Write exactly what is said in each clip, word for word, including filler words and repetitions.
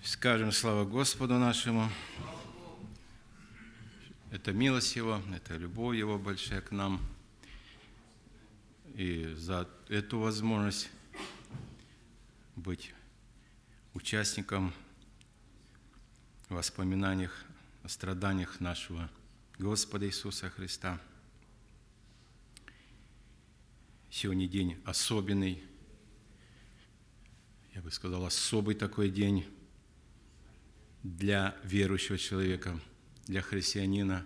Скажем слава Господу нашему. Это милость Его, это любовь Его большая к нам. И за эту возможность быть участником в воспоминаниях о страданиях нашего Господа Иисуса Христа. Сегодня день особенный, я бы сказал, особый такой день для верующего человека, для христианина.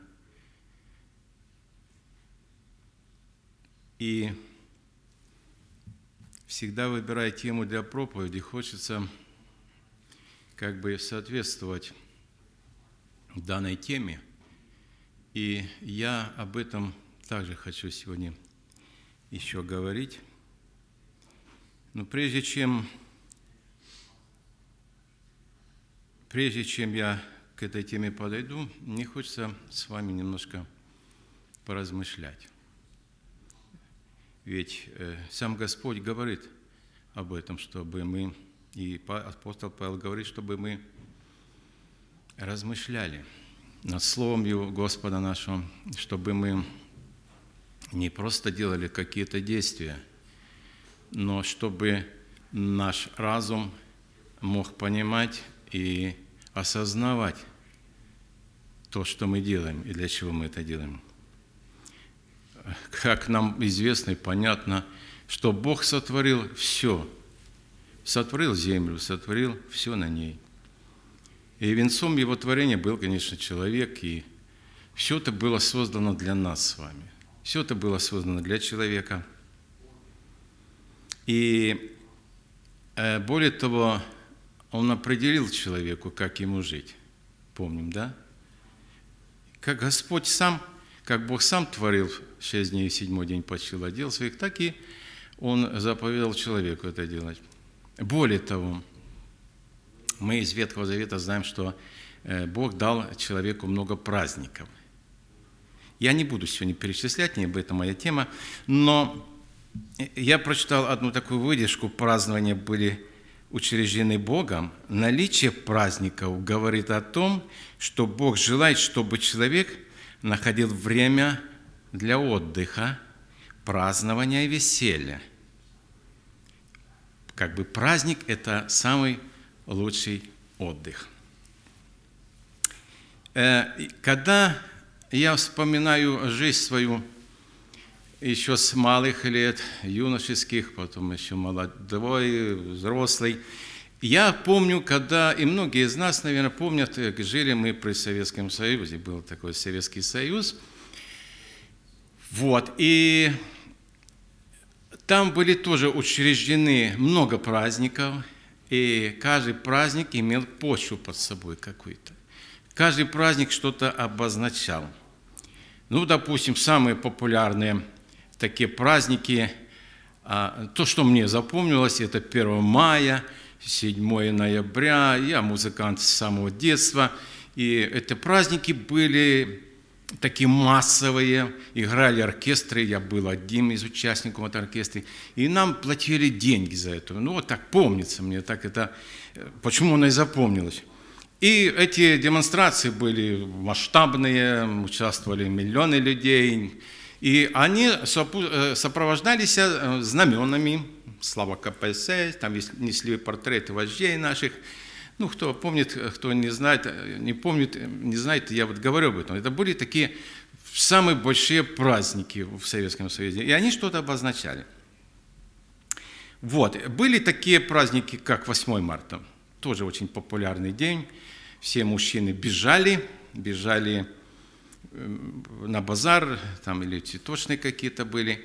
И всегда, выбирая тему для проповеди, хочется как бы соответствовать данной теме. И я об этом также хочу сегодня еще говорить. Но прежде чем, прежде чем я к этой теме подойду, мне хочется с вами немножко поразмышлять. Ведь э, сам Господь говорит об этом, чтобы мы, и апостол Павел говорит, чтобы мы размышляли над Словом Его Господа нашего, чтобы мы не просто делали какие-то действия, но чтобы наш разум мог понимать и осознавать то, что мы делаем и для чего мы это делаем. Как нам известно и понятно, что Бог сотворил все, сотворил землю, сотворил все на ней. И венцом Его творения был, конечно, человек, и все это было создано для нас с вами. Все это было создано для человека. И более того, Он определил человеку, как ему жить. Помним, да? Как Господь сам, как Бог сам творил шесть дней и седьмой день почил от дел своих, так и Он заповедал человеку это делать. Более того, мы из Ветхого Завета знаем, что Бог дал человеку много праздников. Я не буду сегодня перечислять, не об этом моя тема, но я прочитал одну такую выдержку: празднования были учреждены Богом. Наличие праздников говорит о том, что Бог желает, чтобы человек находил время для отдыха, празднования и веселья. Как бы праздник – это самый лучший отдых. Когда я вспоминаю жизнь свою еще с малых лет, юношеских, потом еще молодой, взрослый, я помню, когда, и многие из нас, наверное, помнят, жили мы при Советском Союзе, был такой Советский Союз. Вот, и там были тоже учреждены много праздников, и каждый праздник имел почву под собой какую-то. Каждый праздник что-то обозначал. Ну, допустим, самые популярные такие праздники, то, что мне запомнилось, это первое мая, седьмое ноября. Я музыкант с самого детства, и эти праздники были такие массовые, играли оркестры, я был одним из участников этого оркестра, и нам платили деньги за это. Ну, вот так помнится мне, так это, почему оно и запомнилось. И эти демонстрации были масштабные, участвовали миллионы людей, и они сопровождались знаменами, слава ка пэ эс, там несли портреты вождей наших. Ну, кто помнит, кто не знает, не помнит, не знает, я вот говорю об этом. Это были такие самые большие праздники в Советском Союзе, и они что-то обозначали. Вот, были такие праздники, как восьмое марта, тоже очень популярный день. Все мужчины бежали, бежали на базар, там или цветочные какие-то были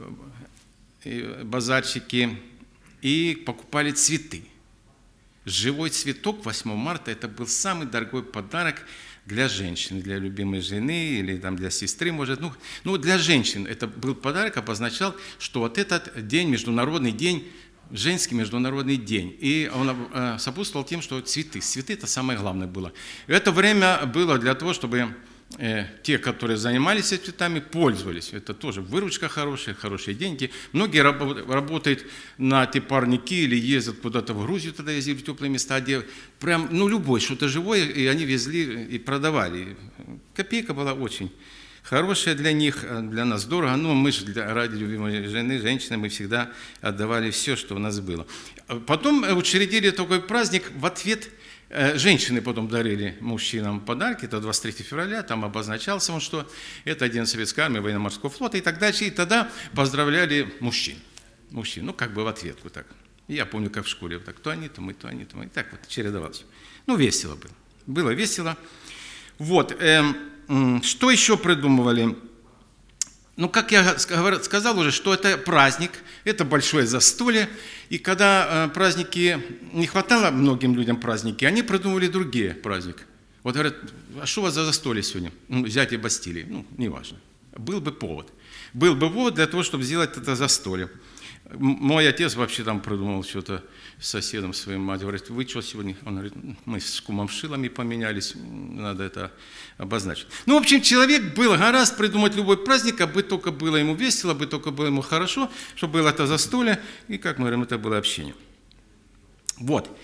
базарчики, и покупали цветы. Живой цветок восьмого марта – это был самый дорогой подарок для женщины, для любимой жены или там, для сестры, может. Ну, ну, для женщин это был подарок, обозначал, что вот этот день, международный день, женский международный день. И он сопутствовал тем, что цветы. Цветы – это самое главное было. Это время было для того, чтобы э, те, которые занимались цветами, пользовались. Это тоже выручка хорошая, хорошие деньги. Многие раб- работают на те парники или ездят куда-то в Грузию, тогда ездили в теплые места, где прям, ну, любой, что-то живое, и они везли и продавали. Копейка была очень хорошая для них, для нас дорого, но мы же для, ради любимой жены, женщины, мы всегда отдавали все, что у нас было. Потом учредили такой праздник в ответ. Женщины потом дарили мужчинам подарки, это двадцать третьего февраля, там обозначался он, что это День Советской Армии, Военно-Морского флота и так дальше. И тогда поздравляли мужчин. Мужчин, ну как бы в ответку так. И я помню, как в школе, вот так, то они, то мы, то они, то мы. И так вот чередовалось. Ну, весело было. Было весело. Вот. Эм, что еще придумывали? Ну, как я сказал уже, что это праздник, это большое застолье, и когда праздники, не хватало многим людям праздники, они придумывали другие праздники. Вот говорят, а что у вас за застолье сегодня? Ну, взятие Бастилии, ну, неважно. Был бы повод. Был бы повод для того, чтобы сделать это застолье. Мой отец вообще там придумал что-то с соседом своим, мать говорит, вы что сегодня? Он говорит, мы с кумом шилами поменялись, надо это обозначить. Ну, в общем, человек был гораздо придумать любой праздник, а бы только было ему весело, бы только было ему хорошо, чтобы было это застолье, и, как мы говорим, это было общение. Вот.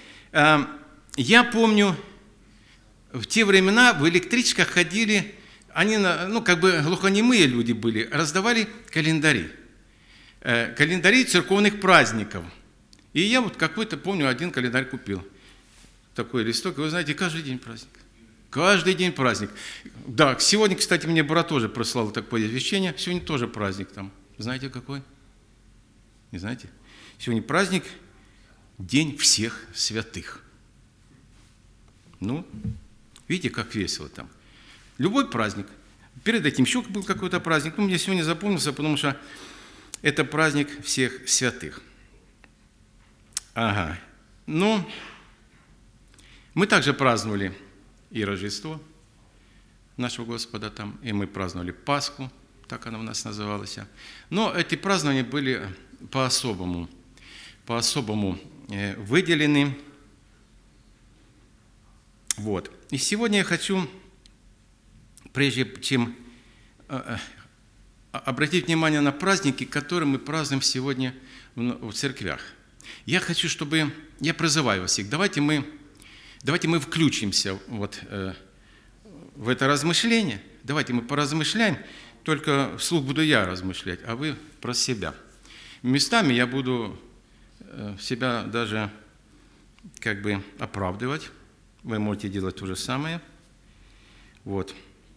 Я помню, в те времена в электричках ходили, они, ну, как бы глухонемые люди были, раздавали календари. Календари церковных праздников. И я вот какой-то, помню, один календарь купил. Такой листок, и вы знаете, каждый день праздник. Каждый день праздник. Да, сегодня, кстати, мне брат тоже прислал такое извещение. Сегодня тоже праздник там. Знаете, какой? Не знаете? Сегодня праздник, День всех святых. Ну, видите, как весело там. Любой праздник. Перед этим еще был какой-то праздник. Ну, мне сегодня запомнился, потому что это праздник всех святых. Ага. Ну, мы также праздновали и Рождество нашего Господа там, и мы праздновали Пасху, так она у нас называлась. Но эти празднования были по-особому, по-особому выделены. Вот. И сегодня я хочу, прежде чем обратить внимание на праздники, которые мы празднуем сегодня в церквях. Я хочу, чтобы, я призываю вас всех, давайте мы, давайте мы включимся вот, э, в это размышление, давайте мы поразмышляем, только вслух буду я размышлять, а вы про себя. Местами я буду э, себя даже как бы оправдывать, вы можете делать то же самое, вот.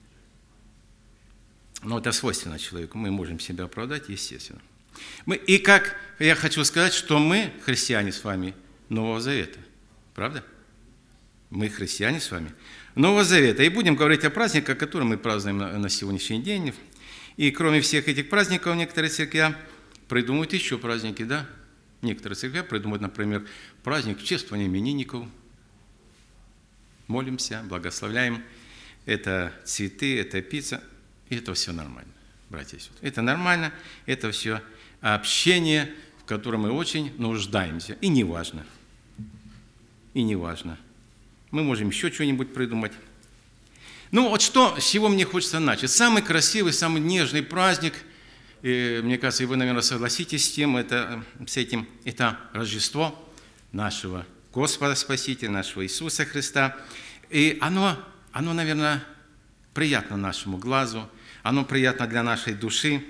Но это свойственно человеку, мы можем себя оправдать, естественно. Мы, и как я хочу сказать, что мы, христиане с вами, Нового Завета. Правда? Мы, христиане с вами, Нового Завета. И будем говорить о праздниках, которые мы празднуем на, на сегодняшний день. И кроме всех этих праздников, некоторые церкви придумывают еще праздники, да? Некоторые церкви придумывают, например, праздник чествования именинников. Молимся, благословляем. Это цветы, это пицца. И это все нормально, братья и сестры. Это нормально, это все общение, в котором мы очень нуждаемся. И не важно. И не важно. Мы можем еще что-нибудь придумать. Ну вот что, с чего мне хочется начать. Самый красивый, самый нежный праздник, и, мне кажется, и вы, наверное, согласитесь с тем, это, с этим, это Рождество нашего Господа Спасителя, нашего Иисуса Христа. И оно, оно, наверное, приятно нашему глазу, оно приятно для нашей души.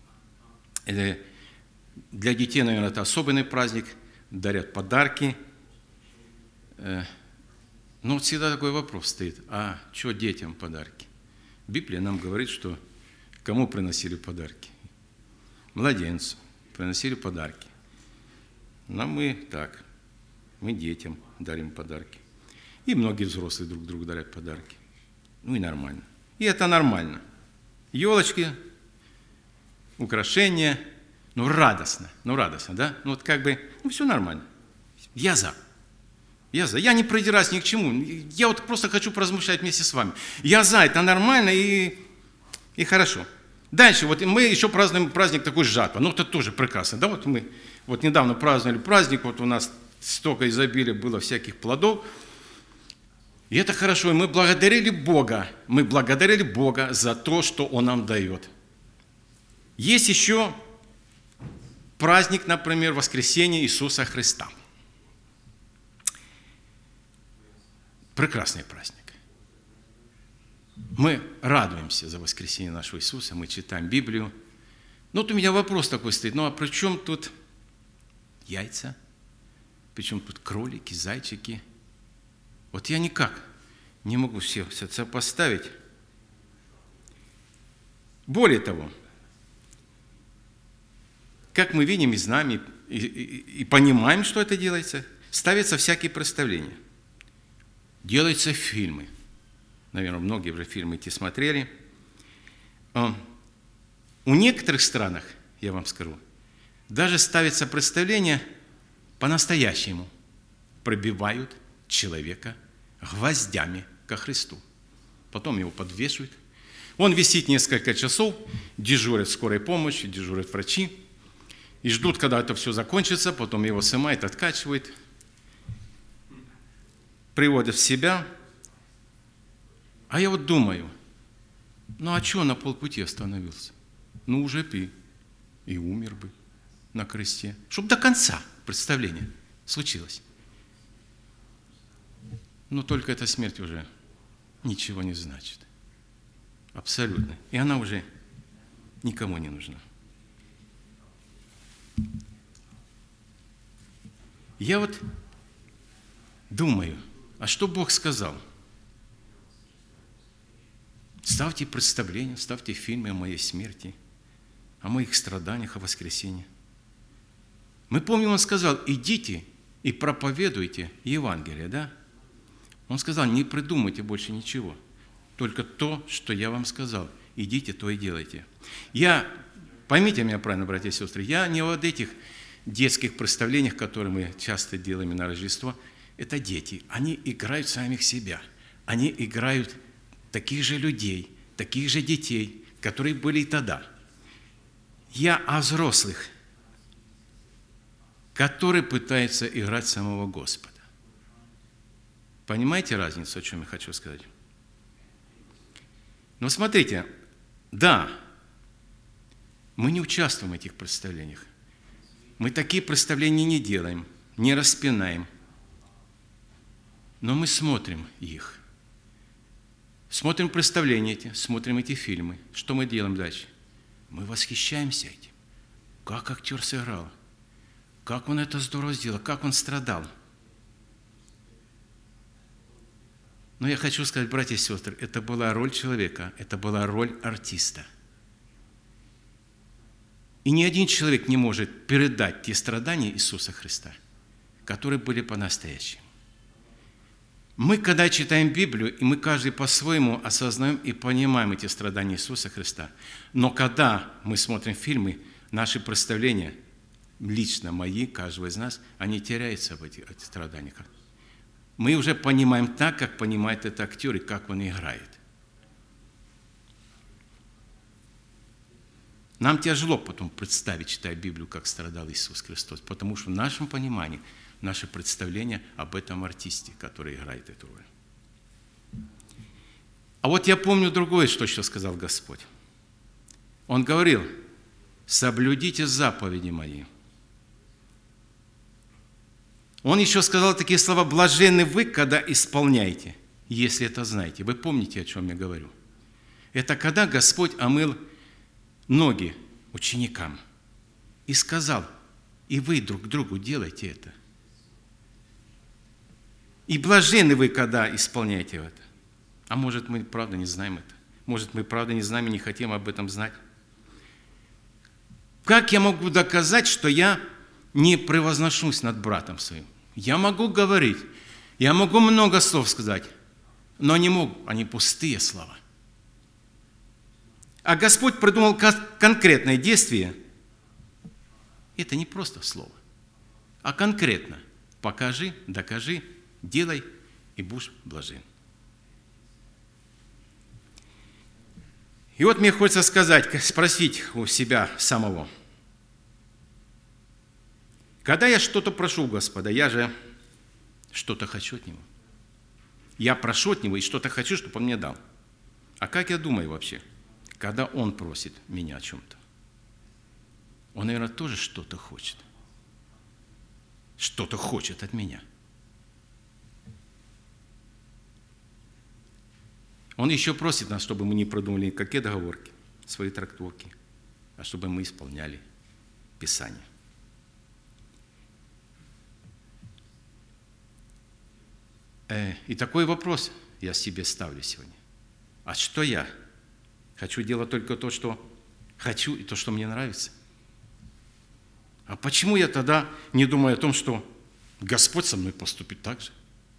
Для детей, наверное, это особенный праздник, дарят подарки. Но вот всегда такой вопрос стоит, а что детям подарки? Библия нам говорит, что кому приносили подарки? Младенцу приносили подарки. Но мы так, мы детям дарим подарки. И многие взрослые друг другу дарят подарки. Ну и нормально. И это нормально. Елочки, украшения, ну радостно, ну радостно, да? Ну вот как бы, ну все нормально. Я за. Я за. Я не придираюсь ни к чему. Я вот просто хочу поразмышлять вместе с вами. Я за, это нормально и, и хорошо. Дальше, вот мы еще празднуем праздник такой жатва. Ну это тоже прекрасно, да? Вот мы вот недавно праздновали праздник, вот у нас столько изобилия было всяких плодов. И это хорошо. И мы благодарили Бога. Мы благодарили Бога за то, что Он нам дает. Есть еще праздник, например, воскресения Иисуса Христа. Прекрасный праздник. Мы радуемся за воскресение нашего Иисуса, мы читаем Библию. Но вот у меня вопрос такой стоит. Ну а при чем тут яйца? При чем тут кролики, зайчики? Вот я никак не могу все сопоставить. Более того, как мы видим и знаем, и, и, и понимаем, что это делается, ставятся всякие представления. Делаются фильмы. Наверное, многие уже фильмы эти смотрели. У некоторых странах, я вам скажу, даже ставится представление по-настоящему. Пробивают человека гвоздями ко Христу. Потом его подвешивают. Он висит несколько часов, дежурят скорой помощи, дежурят врачи. И ждут, когда это все закончится, потом его снимают, откачивают, приводят в себя. А я вот думаю, ну а что на полпути остановился? Ну уже бы и умер бы на кресте. Чтобы до конца представление случилось. Но только эта смерть уже ничего не значит. Абсолютно. И она уже никому не нужна. Я вот думаю, а что Бог сказал? Ставьте представления, ставьте фильмы о моей смерти, о моих страданиях, о воскресении. Мы помним, Он сказал, идите и проповедуйте Евангелие, да? Он сказал, не придумайте больше ничего, только то, что я вам сказал. Идите, то и делайте. Я, поймите меня правильно, братья и сестры, я не вот этих детских представлениях, которые мы часто делаем на Рождество. Это дети, они играют самих себя, они играют таких же людей, таких же детей, которые были и тогда. Я о взрослых, которые пытаются играть самого Господа. Понимаете разницу, о чем я хочу сказать? Но смотрите, да, мы не участвуем в этих представлениях. Мы такие представления не делаем, не распинаем. Но мы смотрим их. Смотрим представления эти, смотрим эти фильмы. Что мы делаем дальше? Мы восхищаемся этим. Как актер сыграл. Как он это здорово сделал, как он страдал. Но я хочу сказать, братья и сестры, это была роль человека, это была роль артиста. И ни один человек не может передать те страдания Иисуса Христа, которые были по-настоящему. Мы, когда читаем Библию, и мы каждый по-своему осознаем и понимаем эти страдания Иисуса Христа, но когда мы смотрим фильмы, наши представления, лично мои, каждого из нас, они теряются в этих, этих страданиях. Мы уже понимаем так, как понимает этот актер и как он играет. Нам тяжело потом представить, читая Библию, как страдал Иисус Христос, потому что в нашем понимании, наше представление об этом артисте, который играет эту роль. А вот я помню другое, что еще сказал Господь. Он говорил, соблюдите заповеди мои. Он еще сказал такие слова, блаженны вы, когда исполняете, если это знаете. Вы помните, о чем я говорю? Это когда Господь омыл ноги ученикам и сказал, и вы друг другу делайте это. И блаженны вы, когда исполняете это. А может, мы правда не знаем это? Может, мы правда не знаем и не хотим об этом знать? Как я могу доказать, что я не превозношусь над братом своим? Я могу говорить, я могу много слов сказать, но не могу, они пустые слова. А Господь придумал конкретное действие. Это не просто слово, а конкретно. Покажи, докажи, делай, и будешь блажен. И вот мне хочется сказать, спросить у себя самого. Когда я что-то прошу Господа, я же что-то хочу от Него. Я прошу от Него и что-то хочу, чтобы Он мне дал. А как я думаю вообще, когда Он просит меня о чем-то? Он, наверное, тоже что-то хочет. Что-то хочет от меня. Он еще просит нас, чтобы мы не продумали никакие договорки, свои трактовки, а чтобы мы исполняли Писание. И такой вопрос я себе ставлю сегодня. А что я? Хочу делать только то, что хочу, и то, что мне нравится. А почему я тогда не думаю о том, что Господь со мной поступит так же?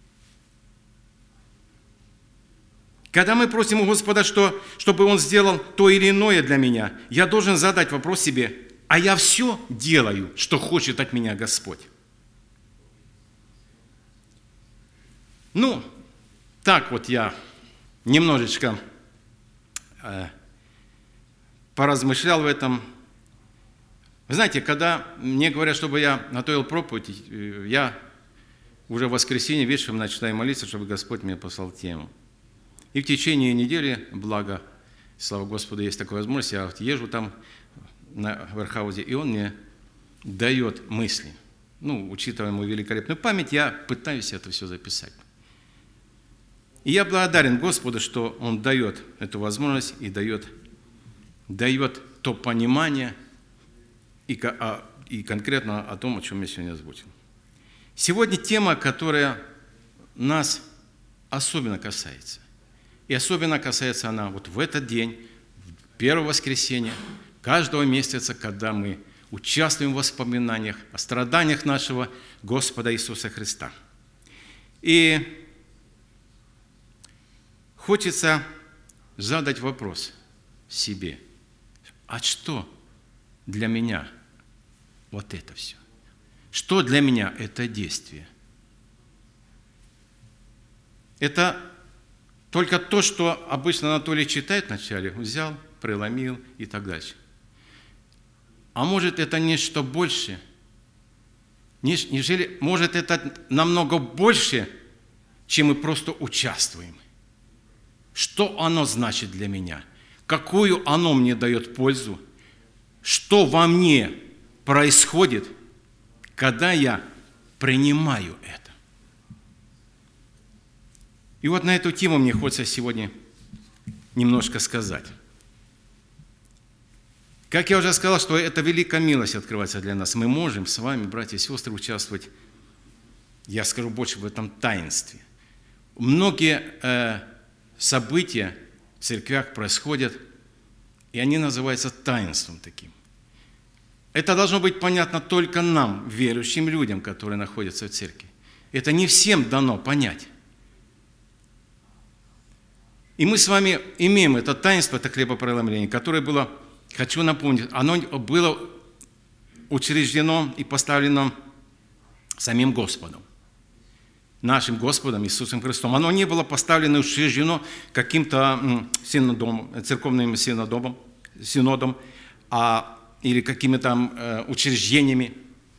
Когда мы просим у Господа, что, чтобы Он сделал то или иное для меня, я должен задать вопрос себе, а я все делаю, что хочет от меня Господь? Ну, так вот я немножечко э, поразмышлял в этом. Вы знаете, когда мне говорят, чтобы я готовил проповедь, я уже в воскресенье вечером начинаю молиться, чтобы Господь мне послал тему. И в течение недели, благо, слава Господу, есть такая возможность, я езжу там на Верхаузе, и Он мне дает мысли. Ну, учитывая мою великолепную память, я пытаюсь это все записать. И я благодарен Господу, что Он дает эту возможность и дает, дает то понимание и, и конкретно о том, о чем я сегодня озвучил. Сегодня тема, которая нас особенно касается. И особенно касается она вот в этот день, в первое воскресенье каждого месяца, когда мы участвуем в воспоминаниях о страданиях нашего Господа Иисуса Христа. И хочется задать вопрос себе, а что для меня вот это все? Что для меня это действие? Это только то, что обычно Анатолий читает вначале, взял, преломил и так дальше. А может, это нечто большее? Нежели, может, это намного больше, чем мы просто участвуем? Что оно значит для меня? Какую оно мне дает пользу? Что во мне происходит, когда я принимаю это? И вот на эту тему мне хочется сегодня немножко сказать. Как я уже сказал, что это великая милость открывается для нас. Мы можем с вами, братья и сестры, участвовать, я скажу больше, в этом таинстве. Многие э, события в церквях происходят, и они называются таинством таким. Это должно быть понятно только нам, верующим людям, которые находятся в церкви. Это не всем дано понять. И мы с вами имеем это таинство, это хлебопреломление, которое было, хочу напомнить, оно было учреждено и поставлено самим Господом, нашим Господом Иисусом Христом. Оно не было поставлено и учреждено каким-то синодом, церковным синодом, синодом а, или какими-то э, учреждениями.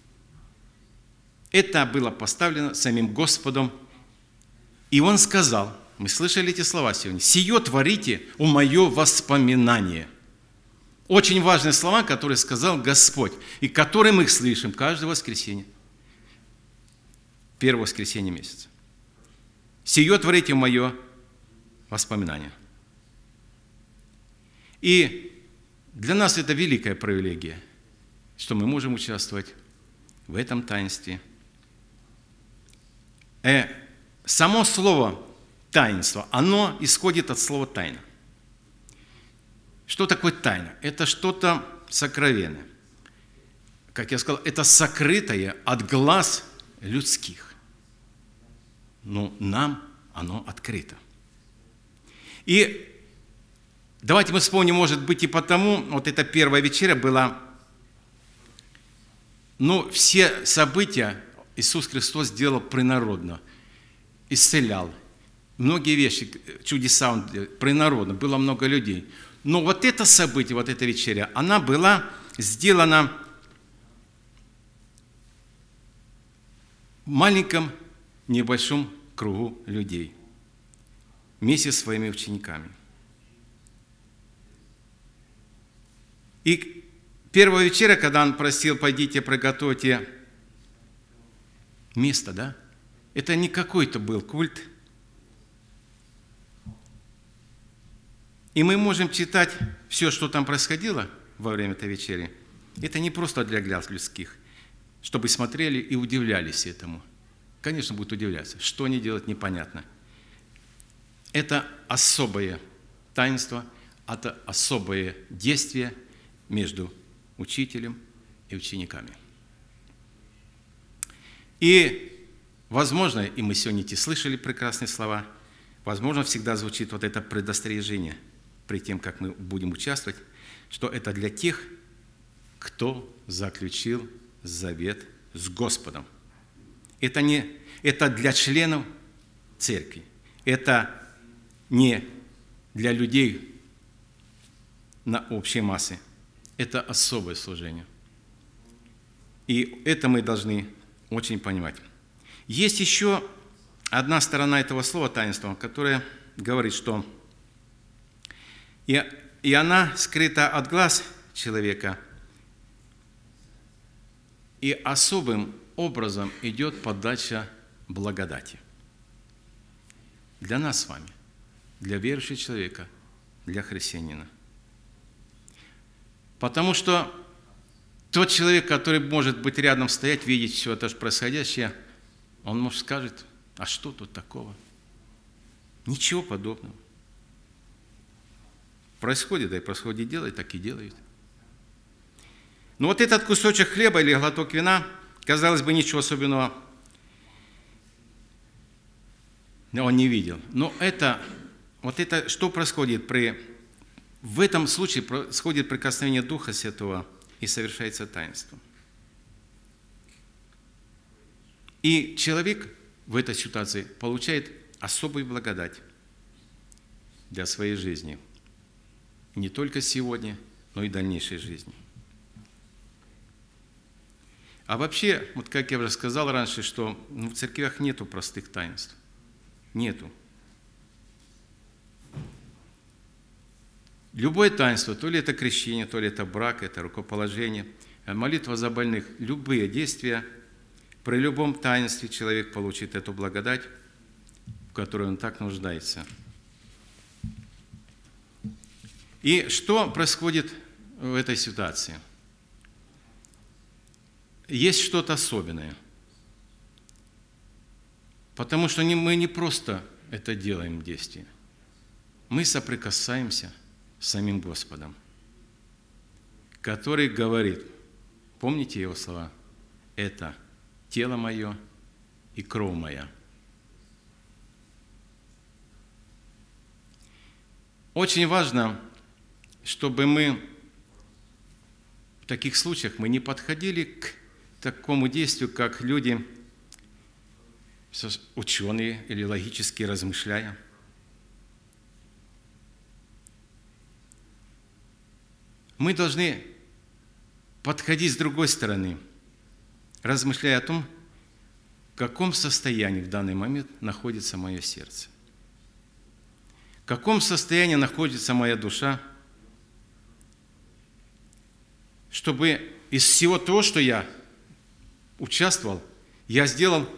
Это было поставлено самим Господом. И Он сказал, мы слышали эти слова сегодня, «Сие творите у мое воспоминание». Очень важные слова, которые сказал Господь, и которые мы их слышим каждое воскресенье. Первое воскресенье месяца. «Сие творите в мое воспоминание». И для нас это великая привилегия, что мы можем участвовать в этом таинстве. Э, само слово таинство, оно исходит от слова «тайна». Что такое тайна? Это что-то сокровенное. Как я сказал, это сокрытое от глаз людских. Но нам оно открыто. И давайте мы вспомним, может быть, и потому, вот эта первая вечеря была, ну, все события Иисус Христос сделал принародно, исцелял. Многие вещи, чудеса Он делал принародно, было много людей. Но вот это событие, вот эта вечеря, она была сделана в маленьком, небольшом кругу людей. вместе с своими учениками. И первая вечеря, когда он просил, пойдите, приготовьте место, да? Это не какой-то был культ. И мы можем читать все, что там происходило во время этой вечери. Это не просто для глаз людских, чтобы смотрели и удивлялись этому. Конечно, будут удивляться. Что они делают, непонятно. Это особое таинство, это особое действие между учителем и учениками. И, возможно, и мы сегодня эти слышали прекрасные слова, возможно, всегда звучит вот это предостережение при тем, как мы будем участвовать, что это для тех, кто заключил завет с Господом. Это, не, это для членов церкви. Это не для людей на общей массе. Это особое служение. И это мы должны очень понимать. Есть еще одна сторона этого слова таинства, которая говорит, что и, и она скрыта от глаз человека, и особым образом идет подача благодати. Для нас с вами, для верующего человека, для христианина. Потому что тот человек, который может быть рядом стоять, видеть все это происходящее, он, может, скажет, а что тут такого? Ничего подобного. Происходит, да и происходит, делает, так и делает. Но вот этот кусочек хлеба или глоток вина, казалось бы, ничего особенного он не видел. Но это, вот это, что происходит при... В этом случае происходит прикосновение Духа Святого и совершается таинство. И человек в этой ситуации получает особую благодать для своей жизни. Не только сегодня, но и дальнейшей жизни. А вообще, вот как я уже сказал раньше, что ну, в церквях нету простых таинств. Нету. Любое таинство, то ли это крещение, то ли это брак, это рукоположение, молитва за больных, любые действия, при любом таинстве человек получит эту благодать, в которой он так нуждается. И что происходит в этой ситуации? Есть что-то особенное. Потому что мы не просто это делаем действие. Мы соприкасаемся с самим Господом, который говорит, помните его слова, это тело мое и кровь моя. Очень важно, чтобы мы в таких случаях мы не подходили к такому действию, как люди, ученые или логически размышляя. Мы должны подходить с другой стороны, размышляя о том, в каком состоянии в данный момент находится мое сердце, в каком состоянии находится моя душа, чтобы из всего того, что я участвовал, я сделал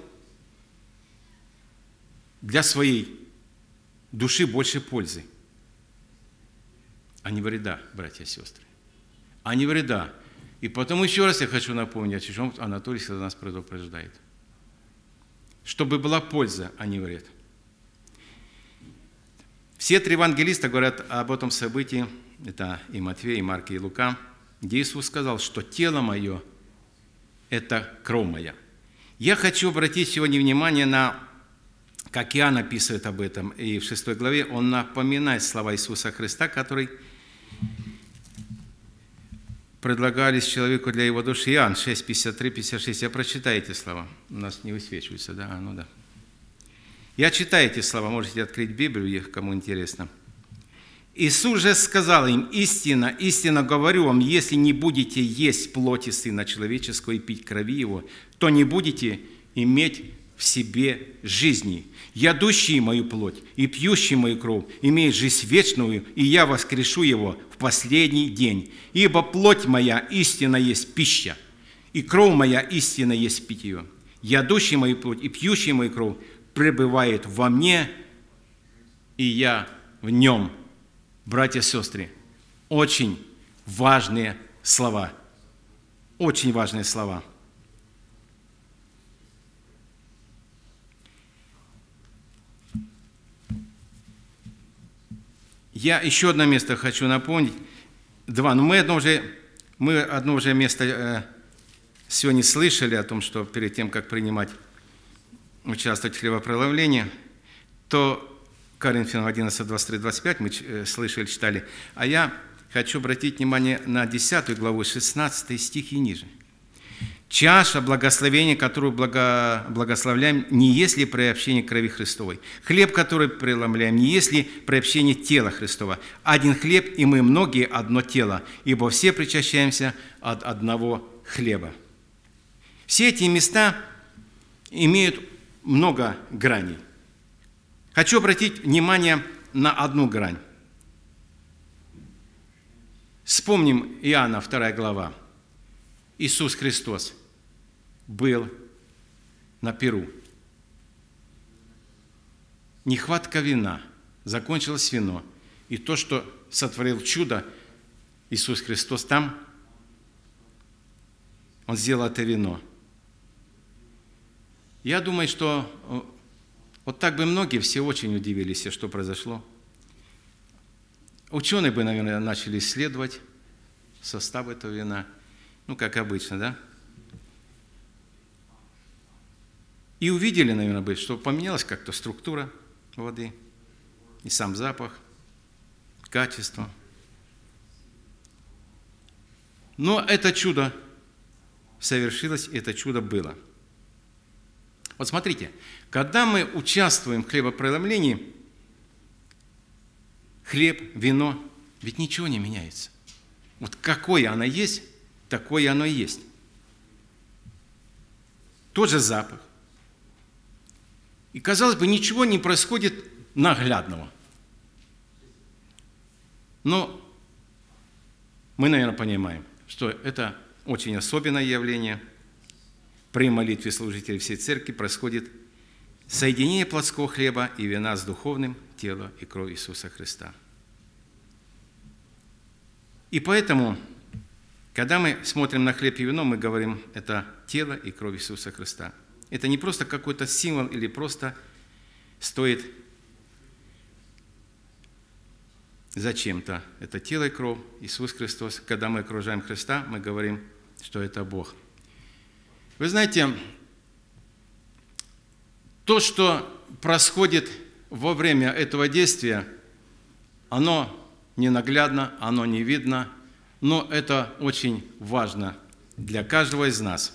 для своей души больше пользы, а не вреда, братья и сестры. А не вреда. И потом еще раз я хочу напомнить, о чем Анатолий всегда нас предупреждает. Чтобы была польза, а не вред. Все три евангелиста говорят об этом событии, это и Матфей, и Марк, и Лука, где Иисус сказал, что тело мое – это кровь моя. Я хочу обратить сегодня внимание на, как Иоанн описывает об этом, и в шестой главе он напоминает слова Иисуса Христа, которые предлагались человеку для его души. Иоанн шесть, пятьдесят три, пятьдесят шесть. Я прочитаю эти слова. У нас не высвечиваются, да? А, ну да. Я читаю эти слова, можете открыть Библию, кому интересно. Иисус же сказал им, истинно, истинно говорю вам, если не будете есть плоти Сына Человеческого и пить крови Его, то не будете иметь в себе жизни. Ядущий мою плоть и пьющий мою кровь имеет жизнь вечную, и я воскрешу его в последний день. Ибо плоть моя истинно есть пища, и кровь моя истинно есть питье. Ядущий мою плоть и пьющий мою кровь пребывает во мне, и я в нем. Братья и сестры, очень важные слова. Очень важные слова. Я еще одно место хочу напомнить. Два. Но мы одно уже, мы одно уже место э, сегодня слышали о том, что перед тем, как принимать, участвовать в хлебопроломлении, то Коринфянам одиннадцать, двадцать три, двадцать пять мы слышали, читали. А я хочу обратить внимание на десятую главу, шестнадцатый стих и ниже. Чаша благословения, которую благо, благословляем, не есть ли приобщение крови Христовой. Хлеб, который преломляем, не есть ли приобщение тела Христова. Один хлеб, и мы многие одно тело, ибо все причащаемся от одного хлеба. Все эти места имеют много граней. Хочу обратить внимание на одну грань. Вспомним Иоанна, вторая глава. Иисус Христос был на пиру. Нехватка вина, закончилось вино. И то, что сотворил чудо Иисус Христос там, Он сделал это вино. Я думаю, что вот так бы многие все очень удивились, что произошло. Ученые бы, наверное, начали исследовать состав этого вина. Ну, как обычно, да? И увидели, наверное, бы, что поменялась как-то структура воды, и сам запах, качество. Но это чудо совершилось, это чудо было. Вот смотрите, когда мы участвуем в хлебопроломлении, хлеб, вино, ведь ничего не меняется. Вот какое оно есть, такое оно и есть. Тот же запах. И, казалось бы, ничего не происходит наглядного. Но мы, наверное, понимаем, что это очень особенное явление. При молитве служителей всей церкви происходит соединение плотского хлеба и вина с духовным телом и кровью Иисуса Христа. И поэтому, когда мы смотрим на хлеб и вино, мы говорим, это тело и кровь Иисуса Христа. Это не просто какой-то символ или просто стоит зачем-то. Это тело и кровь Иисус Христос. Когда мы окружаем Христа, мы говорим, что это Бог. Вы знаете, то, что происходит во время этого действия, оно не наглядно, оно не видно, но это очень важно для каждого из нас.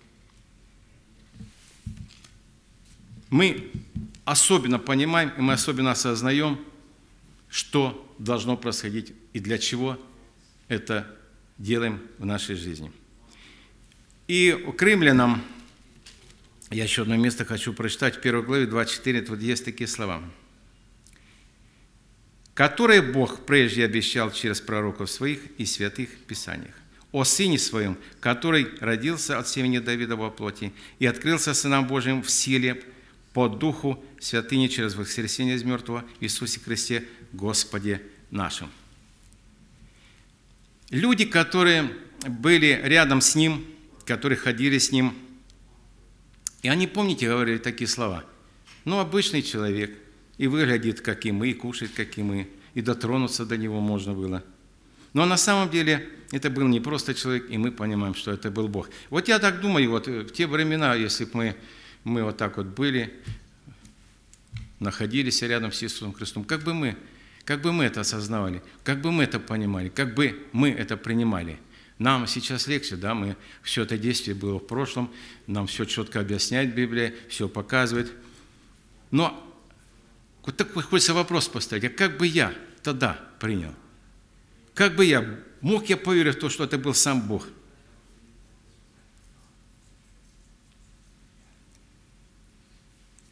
Мы особенно понимаем, и мы особенно осознаем, что должно происходить и для чего это делаем в нашей жизни. И к римлянам, я еще одно место хочу прочитать, в первой главе, двадцать четыре, тут есть такие слова. «Которые Бог прежде обещал через пророков своих и святых Писаниях, о Сыне Своем, который родился от семени Давида во плоти и открылся Сыном Божьим в силе по Духу святыни через воскресение из мертвого Иисусе Христе, Господе нашим». Люди, которые были рядом с Ним, которые ходили с Ним, и они, помните, говорили такие слова, ну, обычный человек, и выглядит, как и мы, и кушает, как и мы, и дотронуться до Него можно было. Но на самом деле это был не просто человек, и мы понимаем, что это был Бог. Вот я так думаю, вот в те времена, если бы мы, мы вот так вот были, находились рядом с Иисусом Христом, как бы мы, как бы мы это осознавали, как бы мы это понимали, как бы мы это принимали. Нам сейчас легче, да, мы, все это действие было в прошлом, нам все четко объясняет Библия, все показывает. Но вот так хочется вопрос поставить, а как бы я тогда принял? Как бы я, мог я поверить в то, что это был сам Бог?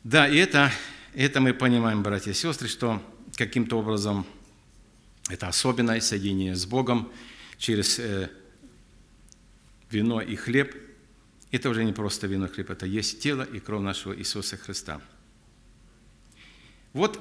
Да, и это, это мы понимаем, братья и сестры, что каким-то образом это особенное соединение с Богом через э, вино и хлеб. Это уже не просто вино и хлеб, это есть тело и кровь нашего Иисуса Христа. Вот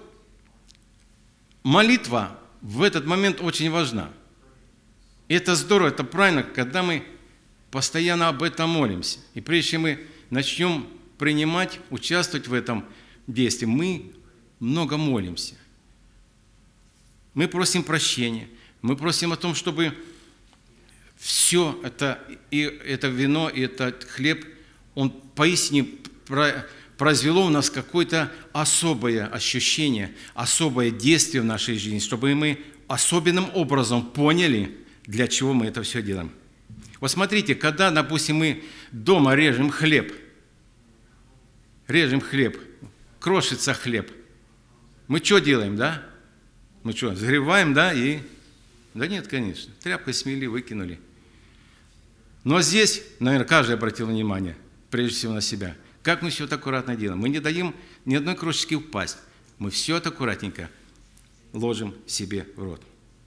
молитва в этот момент очень важна. И это здорово, это правильно, когда мы постоянно об этом молимся. И прежде чем мы начнем принимать, участвовать в этом действии, мы много молимся. Мы просим прощения, мы просим о том, чтобы все это, и это вино, и этот хлеб, он поистине произвело у нас какое-то особое ощущение, особое действие в нашей жизни, чтобы мы особенным образом поняли, для чего мы это все делаем. Вот смотрите, когда, допустим, мы дома режем хлеб, режем хлеб, крошится хлеб, мы что делаем, да? Мы что, сгребаем, да, и... Да нет, конечно, тряпкой смели, выкинули. Но здесь, наверное, каждый обратил внимание, прежде всего на себя, как мы все это аккуратно делаем. Мы не даем ни одной крошечки упасть. Мы все это аккуратненько ложим себе в рот.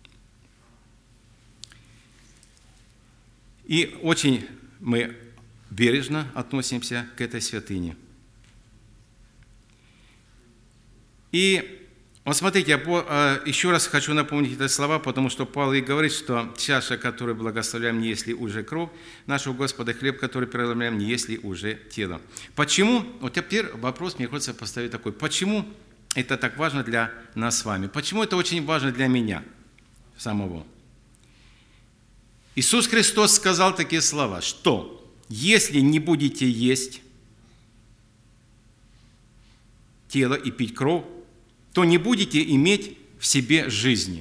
И очень мы бережно относимся к этой святыне. И вот смотрите, я еще раз хочу напомнить эти слова, потому что Павел и говорит, что чаша, которую благословляем, не есть ли уже кровь нашего Господа, хлеб, который преломляем, не есть ли уже тело. Почему? Вот теперь вопрос мне хочется поставить такой. Почему это так важно для нас с вами? Почему это очень важно для меня самого? Иисус Христос сказал такие слова, что если не будете есть тело и пить кровь, то не будете иметь в себе жизни.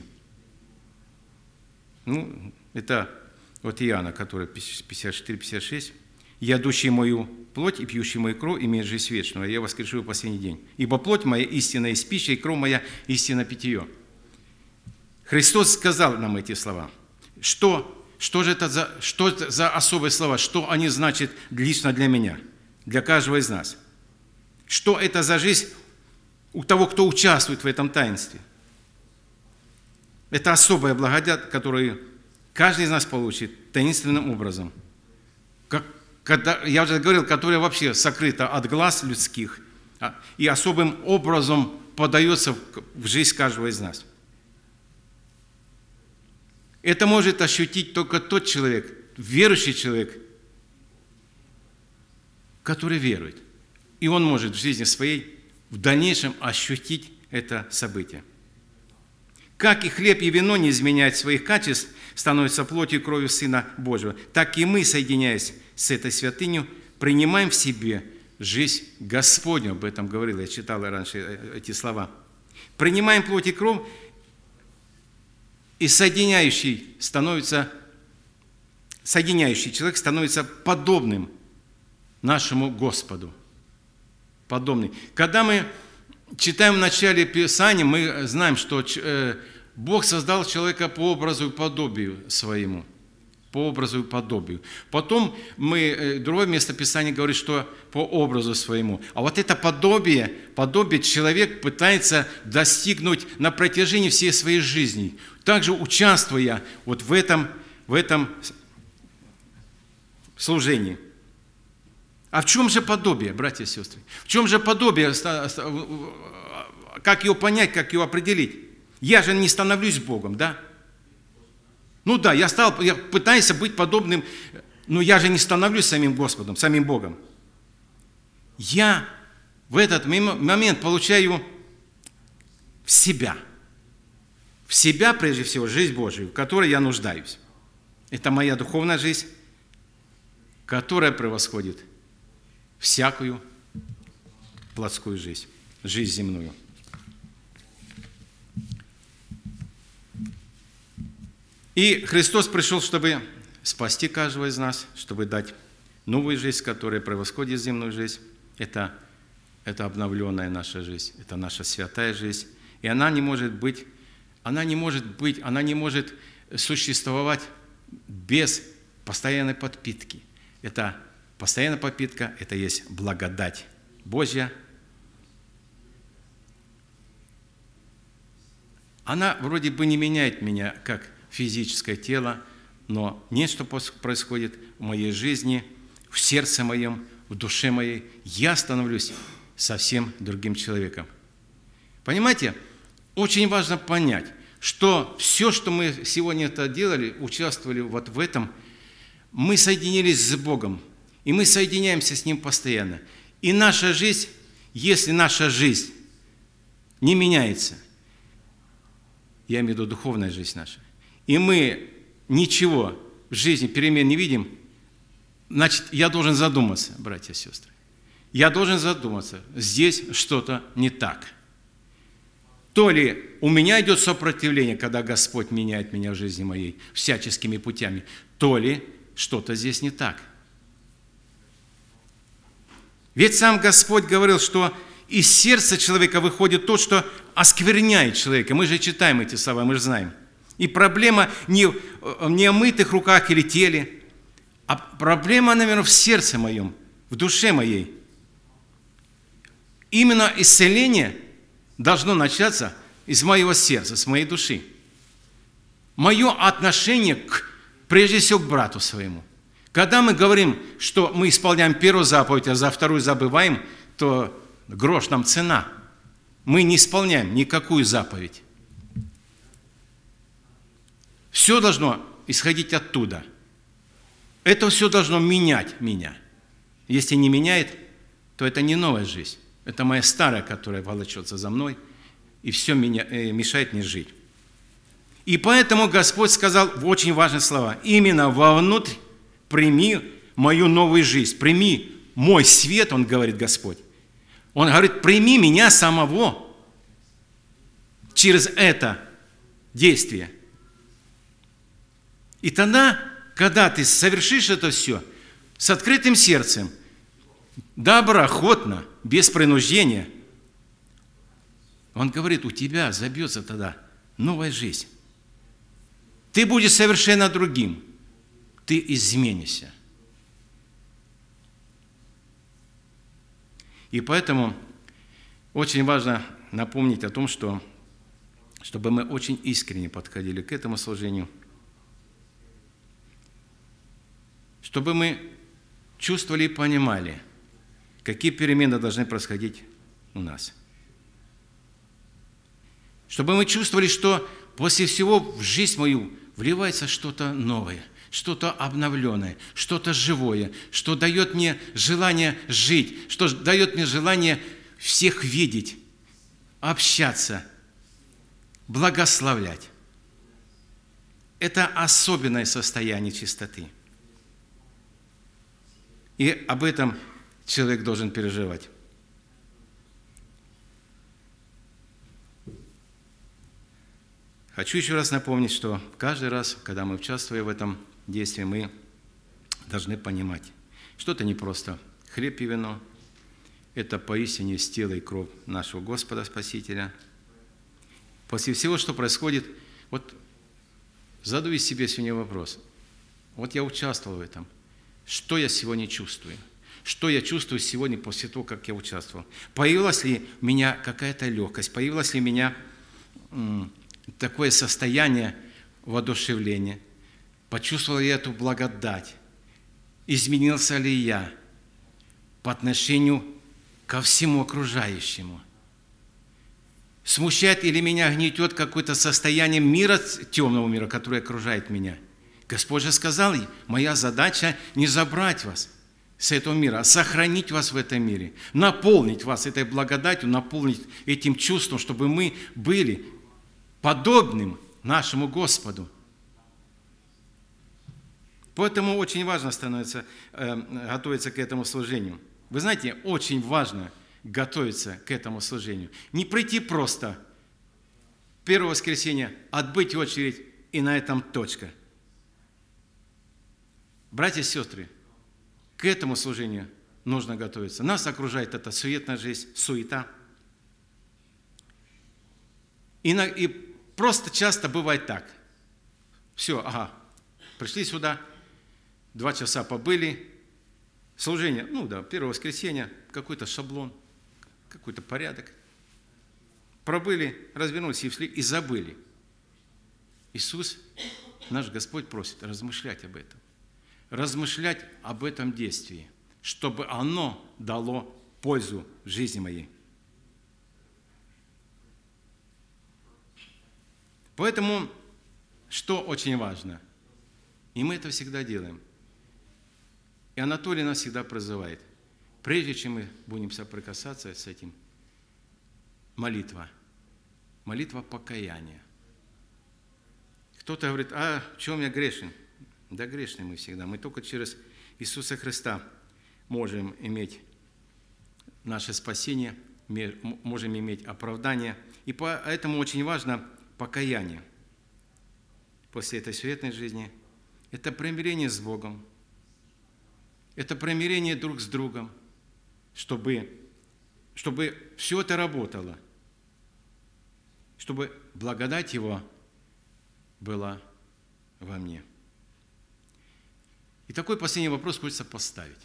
Ну, это вот Иоанна, который пятьдесят четыре пятьдесят шесть. «Ядущий мою плоть и пьющий мою кровь имеет жизнь вечную, а я воскрешу в последний день. Ибо плоть моя истинная есть пища, и кровь моя истинное питье». Христос сказал нам эти слова. Что, что же это за, что это за особые слова? Что они значат лично для меня, для каждого из нас? Что это за жизнь у того, кто участвует в этом таинстве? Это особая благодать, которую каждый из нас получит таинственным образом. Как, когда, я уже говорил, которая вообще сокрыта от глаз людских и особым образом подается в жизнь каждого из нас. Это может ощутить только тот человек, верующий человек, который верует. И он может в жизни своей в дальнейшем ощутить это событие. Как и хлеб и вино не изменяют своих качеств, становятся плотью и кровью Сына Божьего, так и мы, соединяясь с этой святыней, принимаем в себе жизнь Господню. Об этом говорил, я читал раньше эти слова. Принимаем плоть и кровь, и соединяющий, становится, соединяющий человек становится подобным нашему Господу. Подобный. Когда мы читаем в начале Писания, мы знаем, что Бог создал человека по образу и подобию своему. По образу и подобию. Потом мы, другое место Писания говорит, что по образу своему. А вот это подобие, подобие человек пытается достигнуть на протяжении всей своей жизни, также участвуя вот в этом, в этом служении. А в чем же подобие, братья и сестры? В чем же подобие? Как его понять, как его определить? Я же не становлюсь Богом, да? Ну да, я, стал, я пытаюсь быть подобным, но я же не становлюсь самим Господом, самим Богом. Я в этот момент получаю в себя, в себя прежде всего жизнь Божию, в которой я нуждаюсь. Это моя духовная жизнь, которая превосходит всякую плотскую жизнь, жизнь земную. И Христос пришел, чтобы спасти каждого из нас, чтобы дать новую жизнь, которая превосходит земную жизнь. Это, это обновленная наша жизнь, это наша святая жизнь. И она не может быть, она не может быть, она не может существовать без постоянной подпитки. Это постоянная подпитка, это есть благодать Божья, Она вроде бы не меняет меня как физическое тело, но нечто происходит в моей жизни, в сердце моем, в душе моей. Я становлюсь совсем другим человеком. Понимаете, очень важно понять, что все, что мы сегодня это делали, участвовали вот в этом, мы соединились с Богом, и мы соединяемся с Ним постоянно. И наша жизнь, если наша жизнь не меняется, я имею в виду духовная жизнь наша, и мы ничего в жизни перемен не видим, значит, я должен задуматься, братья и сестры. Я должен задуматься, здесь что-то не так. То ли у меня идет сопротивление, когда Господь меняет меня в жизни моей всяческими путями, то ли что-то здесь не так. Ведь сам Господь говорил, что из сердца человека выходит то, что оскверняет человека. Мы же читаем эти слова, мы же знаем. И проблема не в неомытых руках или теле, а проблема, наверное, в сердце моем, в душе моей. Именно исцеление должно начаться из моего сердца, с моей души. Мое отношение, к, прежде всего, к брату своему. Когда мы говорим, что мы исполняем первую заповедь, а за вторую забываем, то грош нам цена. Мы не исполняем никакую заповедь. Все должно исходить оттуда. Это все должно менять меня. Если не меняет, то это не новая жизнь. Это моя старая, которая волочется за мной, и все меня, э, мешает мне жить. И поэтому Господь сказал очень важные слова. Именно вовнутрь прими мою новую жизнь, прими мой свет, Он говорит, Господь. Он говорит, прими меня самого через это действие. И тогда, когда ты совершишь это все с открытым сердцем, доброохотно, без принуждения, Он говорит, у тебя забьется тогда новая жизнь. Ты будешь совершенно другим. Ты изменишься. И поэтому очень важно напомнить о том, что чтобы мы очень искренне подходили к этому служению, чтобы мы чувствовали и понимали, какие перемены должны происходить у нас. Чтобы мы чувствовали, что после всего в жизнь мою вливается что-то новое, что-то обновленное, что-то живое, что дает мне желание жить, что дает мне желание всех видеть, общаться, благословлять. Это особенное состояние чистоты. И об этом человек должен переживать. Хочу еще раз напомнить, что каждый раз, когда мы участвуем в этом действии, мы должны понимать, что это не просто хлеб и вино, это поистине есть тело и кровь нашего Господа Спасителя. После всего, что происходит, вот задаю себе сегодня вопрос. Вот я участвовал в этом. Что я сегодня чувствую? Что я чувствую сегодня после того, как я участвовал? Появилась ли у меня какая-то легкость? Появилось ли у меня м, такое состояние воодушевления? Почувствовал ли я эту благодать? Изменился ли я по отношению ко всему окружающему? Смущает или меня гнетет какое-то состояние мира, темного мира, которое окружает меня? Господь же сказал, моя задача не забрать вас с этого мира, а сохранить вас в этом мире, наполнить вас этой благодатью, наполнить этим чувством, чтобы мы были подобным нашему Господу. Поэтому очень важно становится э, готовиться к этому служению. Вы знаете, очень важно готовиться к этому служению. Не прийти просто первое воскресенье, отбыть очередь и на этом точка. Братья и сестры, к этому служению нужно готовиться. Нас окружает эта суетная жизнь, суета. И, на, и просто часто бывает так. Все, ага, пришли сюда, два часа побыли, служение, ну да, первое воскресенье, какой-то шаблон, какой-то порядок. пробыли, развернулись и шли, и забыли. Иисус, наш Господь, просит размышлять об этом. Размышлять об этом действии, чтобы оно дало пользу в жизни моей. Поэтому, что очень важно, и мы это всегда делаем, и Анатолий нас всегда призывает, прежде чем мы будем соприкасаться с этим, молитва, молитва покаяния. Кто-то говорит, а в чем я грешен? Да грешны мы всегда. Мы только через Иисуса Христа можем иметь наше спасение, можем иметь оправдание. И поэтому очень важно покаяние после этой суетной жизни. Это примирение с Богом. Это примирение друг с другом, чтобы, чтобы все это работало, чтобы благодать Его была во мне. И такой последний вопрос хочется поставить.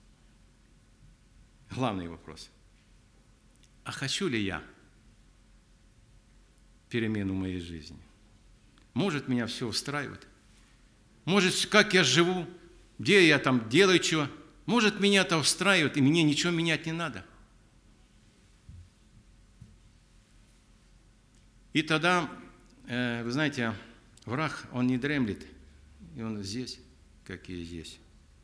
Главный вопрос. А хочу ли я перемену в моей жизни? Может, меня все устраивает? Может, как я живу? Где я там делаю что? Может, меня это устраивает, и мне ничего менять не надо? И тогда, вы знаете, враг, он не дремлет, и он здесь, как и здесь.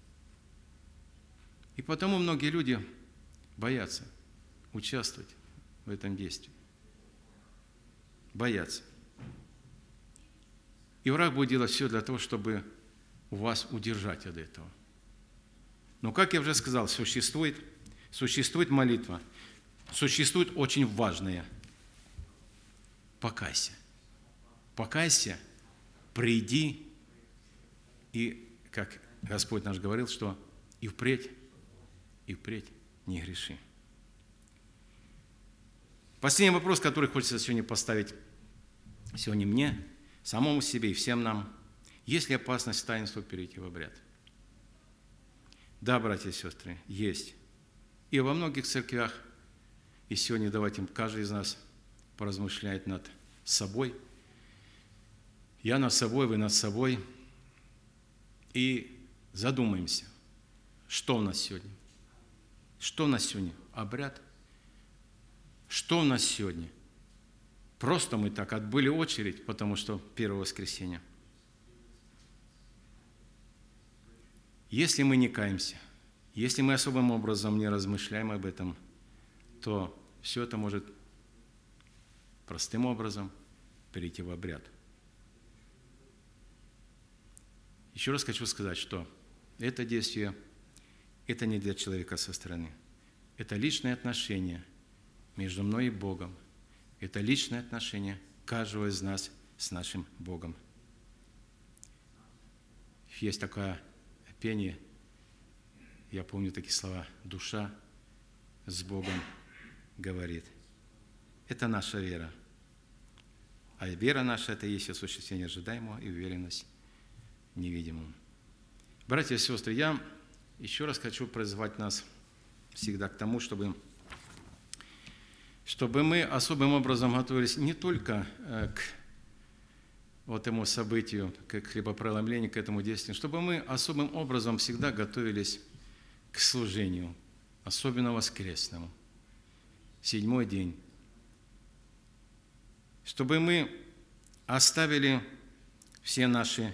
И потому многие люди боятся участвовать в этом действии. Боятся. И враг будет делать все для того, чтобы вас удержать от этого. Но, как я уже сказал, существует, существует молитва, существует очень важное. Покайся. Покайся, приди, и, как Господь наш говорил, что и впредь, и впредь не греши. Последний вопрос, который хочется сегодня поставить сегодня мне, самому себе и всем нам. Есть ли опасность таинства перейти в обряд? Да, братья и сестры, есть. И во многих церквях, и сегодня давайте каждый из нас поразмышляет над собой. Я над собой, вы над собой. И задумаемся, что у нас сегодня? Что у нас сегодня? Обряд? Что у нас сегодня? Просто мы так отбыли очередь, потому что первое воскресенье. Если мы не каемся, если мы особым образом не размышляем об этом, то все это может простым образом перейти в обряд. Еще раз хочу сказать, что это действие, это не для человека со стороны. Это личное отношение между мной и Богом. Это личное отношение каждого из нас с нашим Богом. Есть такое пение, я помню такие слова, душа с Богом говорит. Это наша вера. А вера наша – это есть осуществление ожидаемого и уверенность в невидимом. Братья и сестры, я еще раз хочу призвать нас всегда к тому, чтобы, чтобы мы особым образом готовились не только к вот этому событию, к хлебопроломлению, к этому действию, чтобы мы особым образом всегда готовились к служению, особенно воскресному, седьмой день. Чтобы мы оставили все наши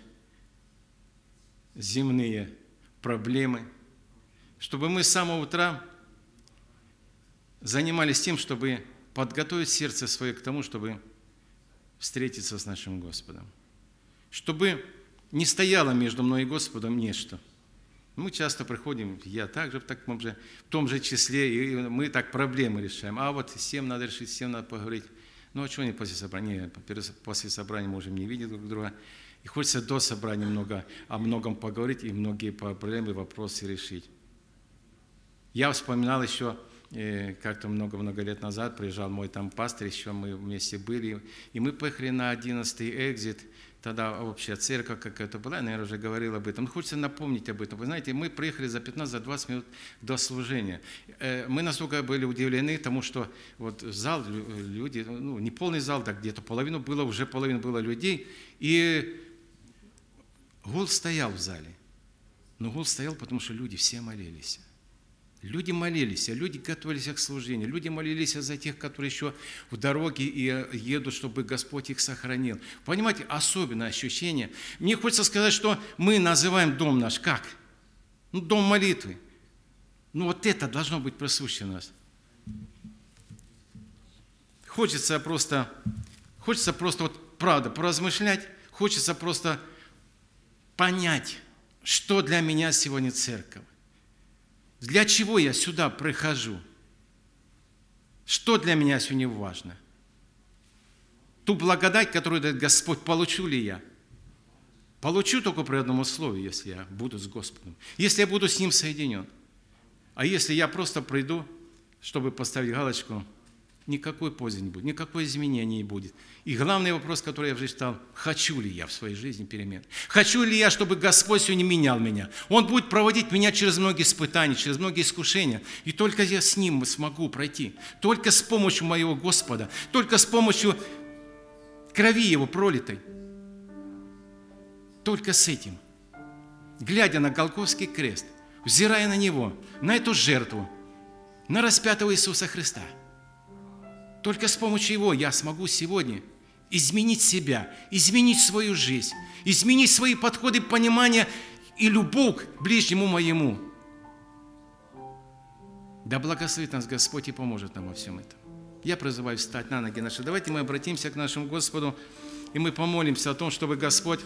земные проблемы, чтобы мы с самого утра занимались тем, чтобы подготовить сердце свое к тому, чтобы встретиться с нашим Господом. Чтобы не стояло между мной и Господом нечто. Мы часто приходим, я также так, в том же числе, и мы так проблемы решаем. А вот с тем надо решить, с тем надо поговорить. Ну, а чего не после собрания? После собрания можем не видеть друг друга. И хочется до собрания много, о многом поговорить и многие проблемы, вопросы решить. Я вспоминал еще как-то много-много лет назад приезжал мой там пастырь, еще мы вместе были, и мы поехали на одиннадцатый экзит. Тогда общая церковь какая-то была, я, наверное, уже говорил об этом. Но хочется напомнить об этом. Вы знаете, мы приехали за пятнадцать-двадцать минут до служения. Мы настолько были удивлены тому, что вот зал, люди, ну, не полный зал, так где-то половину было, уже половина было людей, и гул стоял в зале. Но гул стоял, потому что люди все молились. Люди молились, люди готовились к служению, люди молились за тех, которые еще в дороге и едут, чтобы Господь их сохранил. Понимаете, особенное ощущение. Мне хочется сказать, что мы называем дом наш как? Ну, дом молитвы. Ну, вот это должно быть присуще у нас. Хочется просто, хочется просто вот правда поразмышлять, хочется просто понять, что для меня сегодня церковь. Для чего я сюда прихожу? Что для меня сегодня важно? Ту благодать, которую дает Господь, получу ли я? Получу только при одном условии, если я буду с Господом. Если я буду с Ним соединен. А если я просто приду, чтобы поставить галочку, никакой пользы не будет, никакого изменения не будет. И главный вопрос, который я в жизни стал, хочу ли я в своей жизни перемен? Хочу ли я, чтобы Господь сегодня менял меня? Он будет проводить меня через многие испытания, через многие искушения. И только я с Ним смогу пройти. Только с помощью моего Господа, только с помощью крови Его пролитой. Только с этим. Глядя на Голгофский крест, взирая на Него, на эту жертву, на распятого Иисуса Христа. Только с помощью Его я смогу сегодня изменить себя, изменить свою жизнь, изменить свои подходы, понимание и любовь к ближнему моему. Да благословит нас Господь и поможет нам во всем этом. Я призываю встать на ноги наши. Давайте мы обратимся к нашему Господу, и мы помолимся о том, чтобы Господь,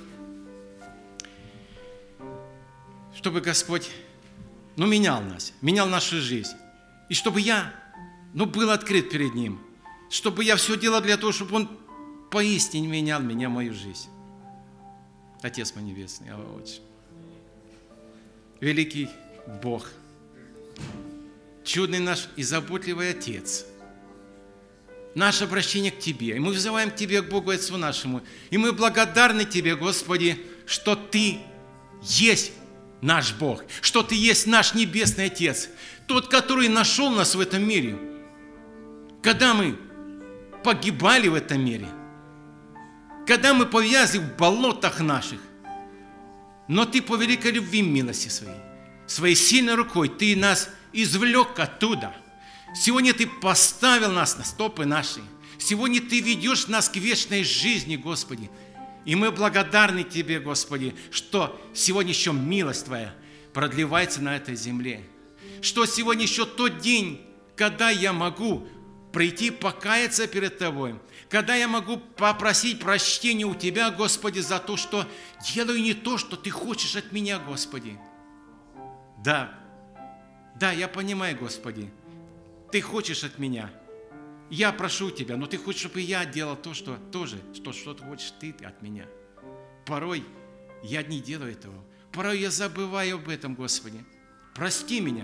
чтобы Господь, ну, менял нас, менял нашу жизнь. И чтобы я, ну, был открыт перед Ним. Чтобы я все делал для того, чтобы Он поистине менял меня, мою жизнь. Отец мой Небесный, Отче, великий Бог, чудный наш и заботливый Отец, наше обращение к Тебе. И мы взываем к Тебе, к Богу Отцу нашему. И мы благодарны Тебе, Господи, что Ты есть наш Бог, что Ты есть наш Небесный Отец, тот, который нашел нас в этом мире. Когда мы погибали в этом мире, когда мы повязли в болотах наших, но Ты по великой любви и милости Своей, Своей сильной рукой Ты нас извлек оттуда. Сегодня Ты поставил нас на стопы наши. Сегодня Ты ведешь нас к вечной жизни, Господи. И мы благодарны Тебе, Господи, что сегодня еще милость Твоя продлевается на этой земле. Что сегодня еще тот день, когда я могу прийти покаяться перед Тобой, когда я могу попросить прощения у Тебя, Господи, за то, что делаю не то, что Ты хочешь от меня, Господи. Да, да, я понимаю, Господи, Ты хочешь от меня. Я прошу Тебя, но Ты хочешь, чтобы я делал то, что тоже, что, что Ты хочешь Ты от меня. Порой я не делаю этого. Порой я забываю об этом, Господи. Прости меня.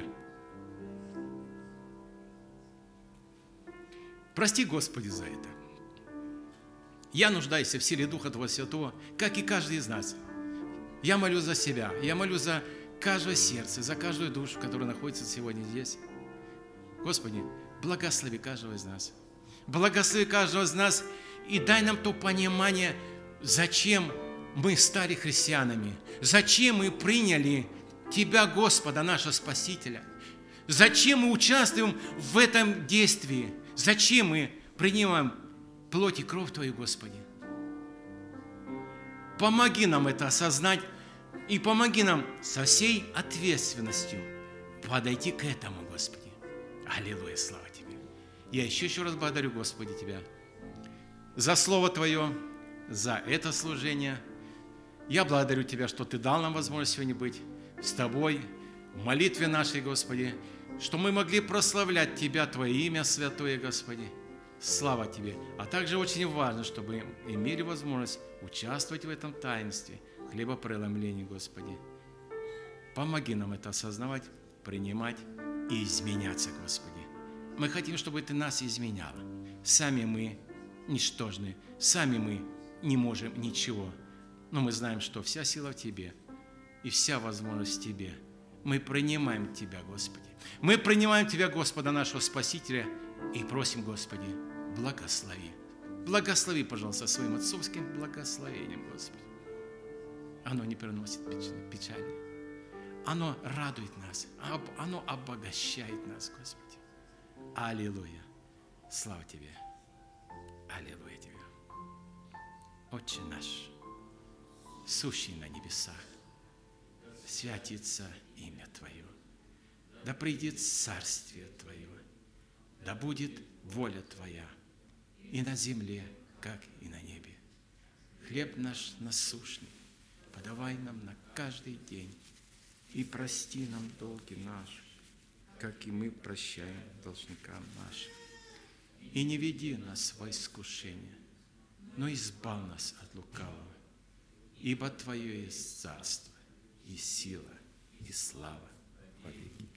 Прости, Господи, за это. Я нуждаюсь в силе Духа Твоего Святого, как и каждый из нас. Я молю за себя, я молю за каждое сердце, за каждую душу, которая находится сегодня здесь. Господи, благослови каждого из нас. Благослови каждого из нас и дай нам то понимание, зачем мы стали христианами, зачем мы приняли Тебя, Господа, нашего Спасителя, зачем мы участвуем в этом действии, зачем мы принимаем плоть и кровь Твою, Господи. Помоги нам это осознать и помоги нам со всей ответственностью подойти к этому, Господи. Аллилуйя, слава Тебе. Я еще еще раз благодарю, Господи, Тебя за Слово Твое, за это служение. Я благодарю Тебя, что Ты дал нам возможность сегодня быть с Тобой, в молитве нашей, Господи, что мы могли прославлять Тебя, Твое имя святое, Господи. Слава Тебе. А также очень важно, чтобы имели возможность участвовать в этом таинстве хлебопреломления, Господи. Помоги нам это осознавать, принимать и изменяться, Господи. Мы хотим, чтобы Ты нас изменял. Сами мы ничтожны, сами мы не можем ничего. Но мы знаем, что вся сила в Тебе и вся возможность в Тебе. Мы принимаем Тебя, Господи. Мы принимаем Тебя, Господа, нашего Спасителя, и просим, Господи, благослови. Благослови, пожалуйста, своим отцовским благословением, Господи. Оно не приносит печали. Оно радует нас. Оно обогащает нас, Господи. Аллилуйя. Слава Тебе. Аллилуйя Тебе. Отче наш, сущий на небесах, святится имя Твое. Да придет царствие Твое. Да будет воля Твоя и на земле, как и на небе. Хлеб наш насущный подавай нам на каждый день, и прости нам долги наши, как и мы прощаем должникам нашим. И не веди нас во искушение, но избавь нас от лукавого, ибо Твое есть царство, и сила, и слава во веки.